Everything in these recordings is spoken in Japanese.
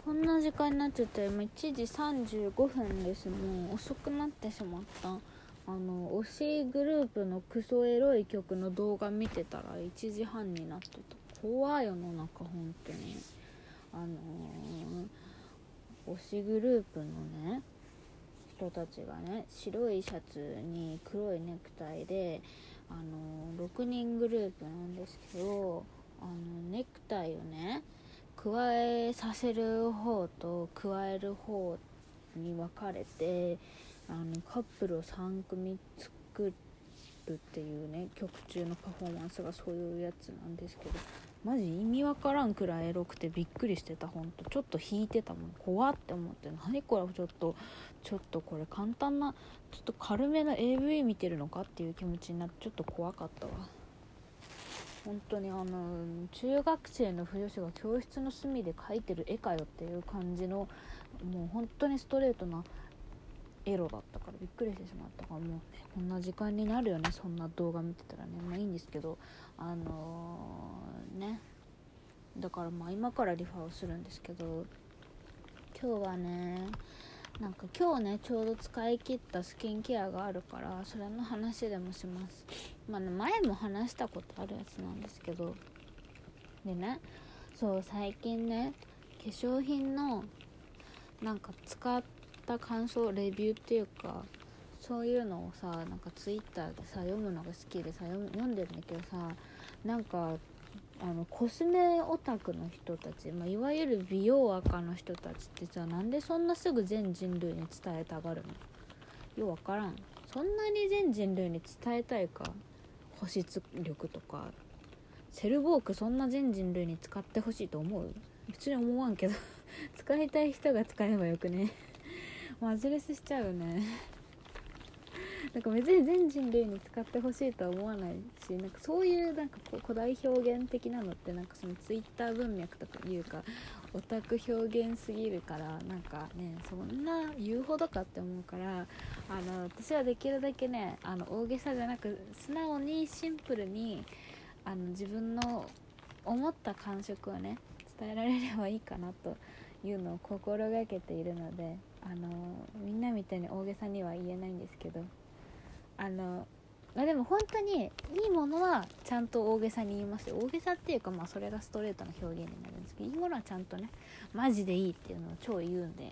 こんな時間になっちゃったよ。今1時35分です。もう遅くなってしまった。推しグループのクソエロい曲の動画見てたら1時半になってた。怖い世の中本当に。推しグループのね人たちがね、白いシャツに黒いネクタイで6人グループなんですけど、ネクタイをね加えさせる方と加える方に分かれてカップルを3組作るっていうね、曲中のパフォーマンスがそういうやつなんですけど、マジ意味わからんくらいエロくてびっくりしてた。ほんとちょっと引いてたもん。怖って思って、何これ、ちょっとこれ簡単なちょっと軽めの AV 見てるのかっていう気持ちになってちょっと怖かったわ。本当に中学生の腐女子が教室の隅で描いてる絵かよっていう感じの、もう本当にストレートなエロだったからびっくりしてしまったから、もうねこんな時間になるよね、そんな動画見てたらね。まあいいんですけど、ね、だからまあ今からリファをするんですけど、今日はね今日ねちょうど使い切ったスキンケアがあるから、それの話でもします。まあね、前も話したことあるやつなんですけど、でね、そう最近ね化粧品の使った感想レビューっていうか、そういうのをさツイッターでさ読むのが好きでさ読んでるんだけどさ、コスメオタクの人たち、いわゆる美容赤の人たちってさ、なんでそんなすぐ全人類に伝えたがるの？ようわからん。そんなに全人類に伝えたいか？保湿力とかセルボークそんな全人類に使ってほしいと思う？別に思わんけど使いたい人が使えばよくねマジレスしちゃうよね別に全人類に使ってほしいとは思わないし、そういう古代表現的なのってそのツイッター文脈とかいうかオタク表現すぎるから、そんな言うほどかって思うから、私はできるだけね大げさじゃなく素直にシンプルに自分の思った感触をね伝えられればいいかなというのを心がけているので、みんなみたいに大げさには言えないんですけど、でも本当にいいものはちゃんと大げさに言いますよ。大げさっていうかそれがストレートな表現になるんですけど、いいものはちゃんとねマジでいいっていうのを超言うんで、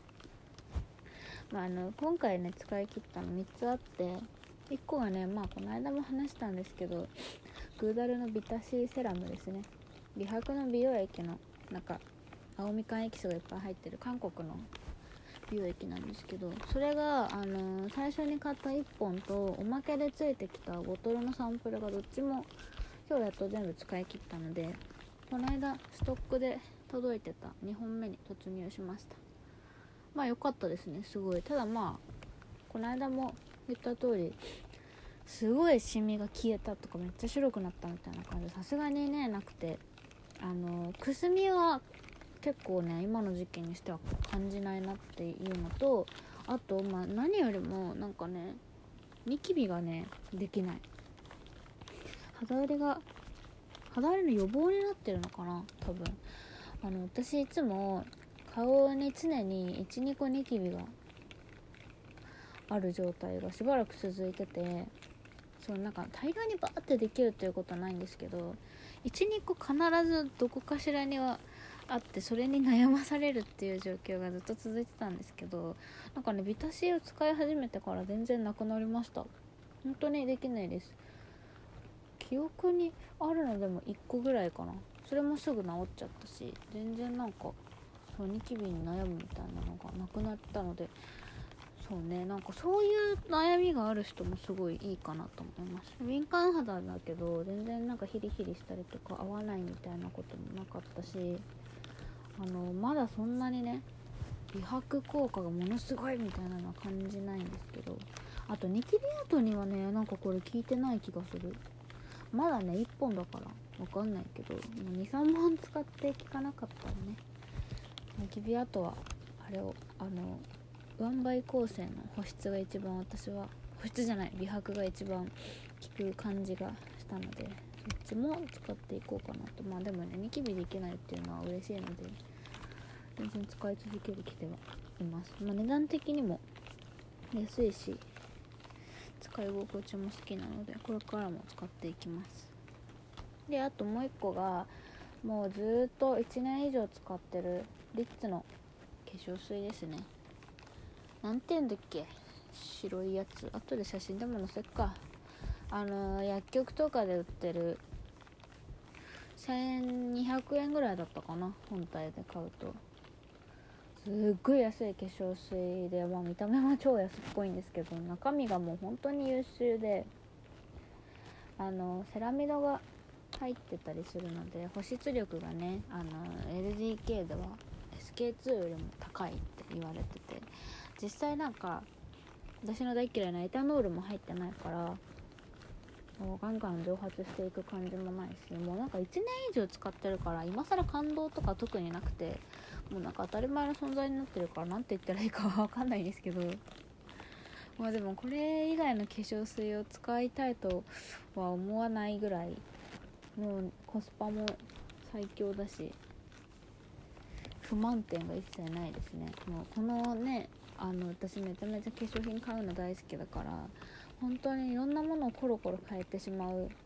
今回ね使い切ったの3つあって、1個はねこの間も話したんですけど、グーダルのビタシーセラムですね。美白の美容液の青みかんエキスがいっぱい入ってる韓国の美容液なんですけど、それが最初に買った1本とおまけでついてきたボトルのサンプルがどっちも今日やっと全部使い切ったので、この間ストックで届いてた2本目に突入しました。良かったですね、すごい。ただこの間も言った通りすごいシミが消えたとかめっちゃ白くなったみたいな感じさすがにねなくて、くすみは結構ね今の時期にしては感じないなっていうのと、あと何よりもニキビがねできない。肌荒れの予防になってるのかな多分。私いつも顔に常に 1,2 個ニキビがある状態がしばらく続いてて、大量にバーってできるっていうことはないんですけど、 1,2 個必ずどこかしらにはあって、それに悩まされるっていう状況がずっと続いてたんですけど、ビタシーを使い始めてから全然なくなりました。本当にできないです。記憶にあるのでも1個ぐらいかな。それもすぐ治っちゃったし、全然そうニキビに悩むみたいなのがなくなったので、そうねそういう悩みがある人もすごいいいかなと思います。敏感肌だけど全然ヒリヒリしたりとか合わないみたいなこともなかったし、まだそんなにね美白効果がものすごいみたいなのは感じないんですけど、あとニキビ跡にはねこれ効いてない気がする。まだね1本だからわかんないけど 2,3 本使って効かなかったらね、ニキビ跡はあれをワンバイ構成の保湿が一番、私は保湿じゃない美白が一番効く感じがしたので、そっちも使っていこうかなと。でもねニキビできないっていうのは嬉しいので全然使い続けてきてはいます。値段的にも安いし使い心地も好きなので、これからも使っていきます。であともう一個が、もうずっと1年以上使ってるリッツの化粧水ですね。なんていうんだっけ、白いやつ、後で写真でも載せっか。薬局とかで売ってる1200円ぐらいだったかな、本体で買うと。すっごい安い化粧水で、見た目は超安っぽいんですけど、中身がもう本当に優秀で、セラミドが入ってたりするので、保湿力がね、LDK では SK2 よりも高いって言われてて、実際なんか私の大嫌いなエタノールも入ってないから、もうガンガン蒸発していく感じもないし、もうなんか1年以上使ってるから、今更感動とか特になくて、もうなんか当たり前の存在になってるから、なんて言ったらいいかわかんないんですけど、でもこれ以外の化粧水を使いたいとは思わないぐらい、もうコスパも最強だし、不満点が一切ないですね。もうこのね、私めちゃめちゃ化粧品買うの大好きだから、本当にいろんなものをコロコロ変えてしまう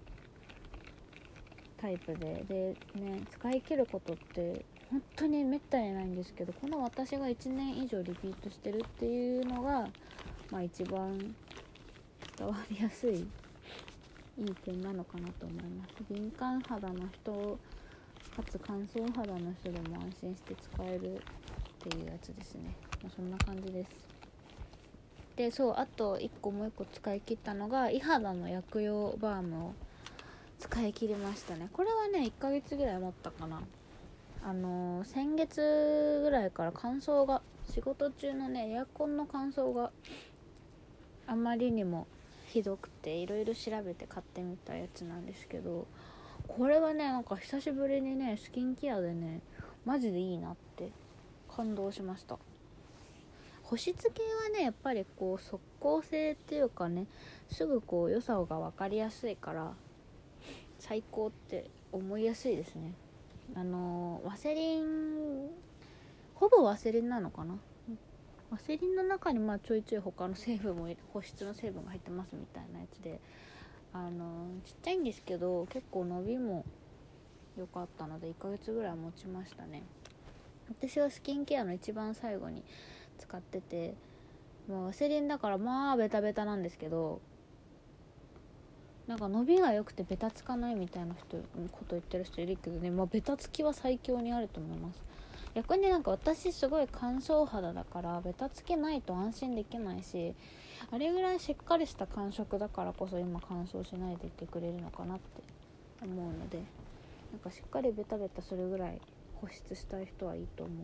タイプでね、使い切ることって本当にめったにないんですけど、この私が1年以上リピートしてるっていうのが、一番伝わりやすいいい点なのかなと思います。敏感肌の人かつ乾燥肌の人でも安心して使えるっていうやつですね。そんな感じです。であともう一個使い切ったのが、イ肌の薬用バームを使い切りましたね。これはね1ヶ月ぐらい持ったかな。先月ぐらいから乾燥が、仕事中のねエアコンの乾燥があまりにもひどくて、いろいろ調べて買ってみたやつなんですけど、これはねなんか久しぶりにねスキンケアでねマジでいいなって感動しました。保湿系はねやっぱり即効性っていうかね、すぐ良さが分かりやすいから最高って思いやすいですね。ワセリン、ほぼワセリンなのかな、ワセリンの中にちょいちょい他の成分も、保湿の成分が入ってますみたいなやつで、ちっちゃいんですけど結構伸びも良かったので1ヶ月ぐらい持ちましたね。私はスキンケアの一番最後に使ってて、ワセリンだからベタベタなんですけど、なんか伸びが良くてベタつかないみたいなこと言ってる人いるけどね、ベタつきは最強にあると思います。逆になんか私すごい乾燥肌だからベタつきないと安心できないし、あれぐらいしっかりした感触だからこそ今乾燥しないでいてくれるのかなって思うので、なんかしっかりベタベタするぐらい保湿したい人はいいと思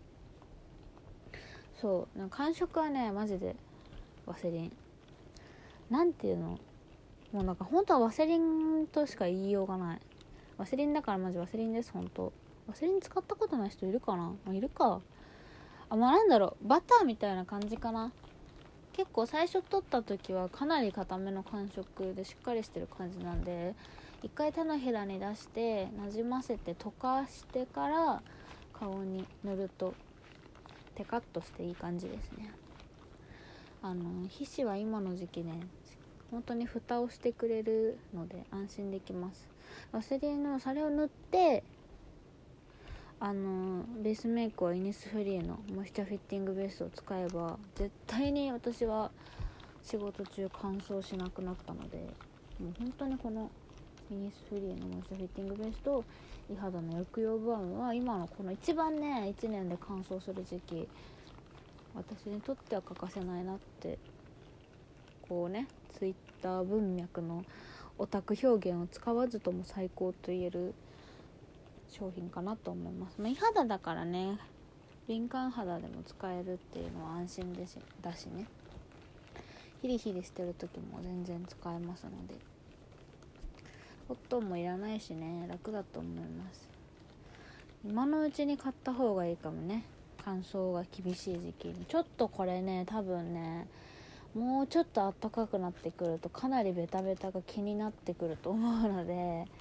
う。なんか感触はねマジでワセリン、なんていうの、もうなんか本当はワセリンとしか言いようがない。ワセリンだからマジワセリンです。本当ワセリン使ったことない人いるかな、いるか。なんだろう、バターみたいな感じかな。結構最初取った時はかなり固めの感触でしっかりしてる感じなんで、一回手のひらに出してなじませて溶かしてから顔に塗るとテカッとしていい感じですね。皮脂は今の時期ね本当に蓋をしてくれるので安心できます。ワセリンのそれを塗って、ベースメイクはイニスフリーのモイスチャーフィッティングベースを使えば絶対に私は仕事中乾燥しなくなったので、もう本当にこのイニスフリーのモイスチャーフィッティングベースとイ肌の薬用バームは今のこの一番ね1年で乾燥する時期、私にとっては欠かせないなって、ツイッター文脈のオタク表現を使わずとも最高と言える商品かなと思います。イ肌だからね、敏感肌でも使えるっていうのは安心だしね、ヒリヒリしてる時も全然使えますので、コットンもいらないしね、楽だと思います。今のうちに買った方がいいかもね、乾燥が厳しい時期に。ちょっとこれね多分ねもうちょっと暖かくなってくるとかなりベタベタが気になってくると思うので、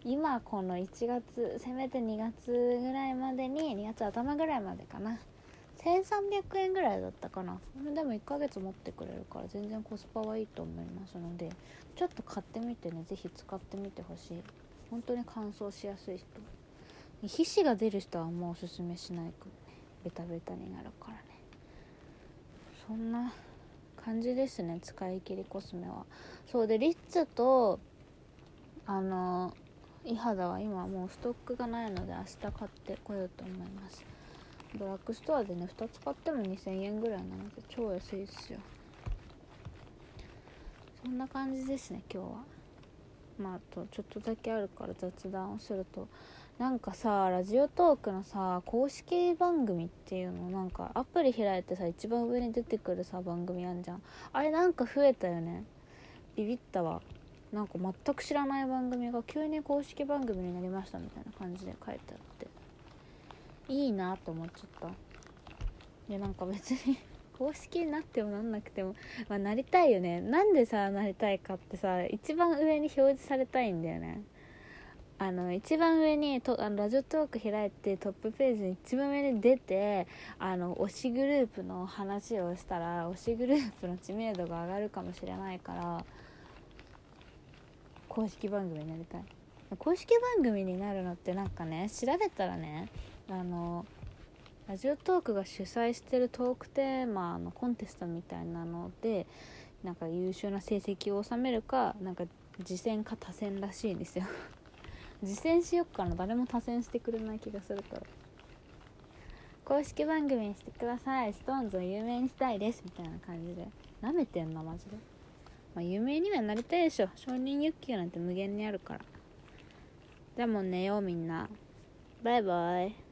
今この1月せめて2月ぐらいまでに2月頭ぐらいまでかな1300円ぐらいだったかな。でも1ヶ月持ってくれるから全然コスパはいいと思いますので、ちょっと買ってみてね、ぜひ使ってみてほしい。本当に乾燥しやすい人、皮脂が出る人はもうおすすめしないくね、ベタベタになるからね。そんな感じですね、使い切りコスメは。そうで、リッツとイ肌は今もうストックがないので明日買ってこようと思います。ドラッグストアでね2つ買っても2000円ぐらいなので超安いですよ。そんな感じですね今日は。あとちょっとだけあるから雑談をすると、なんかさ、ラジオトークのさ公式番組っていうの、なんかアプリ開いてさ一番上に出てくるさ番組あんじゃん。あれなんか増えたよね。ビビったわ。なんか全く知らない番組が急に公式番組になりましたみたいな感じで書いてあって、いいなと思っちゃった。でなんか別に公式になってもなんなくても、なりたいよね。なんでさなりたいかってさ、一番上に表示されたいんだよね。一番上にラジオトーク開いてトップページに一番上に出て、推しグループの話をしたら推しグループの知名度が上がるかもしれないから、公式番組になりたい。公式番組になるのってなんかね、調べたらね、ラジオトークが主催してるトークテーマのコンテストみたいなので、なんか優秀な成績を収めるか、なんか次戦か他戦らしいんですよ次戦しよっかな。誰も他戦してくれない気がするから、公式番組にしてください、ストーンズを有名にしたいですみたいな感じで、なめてんなマジで。有名にはなりたいでしょ、承認欲求なんて無限にあるから。じゃあもう寝ようみんな、バイバイ。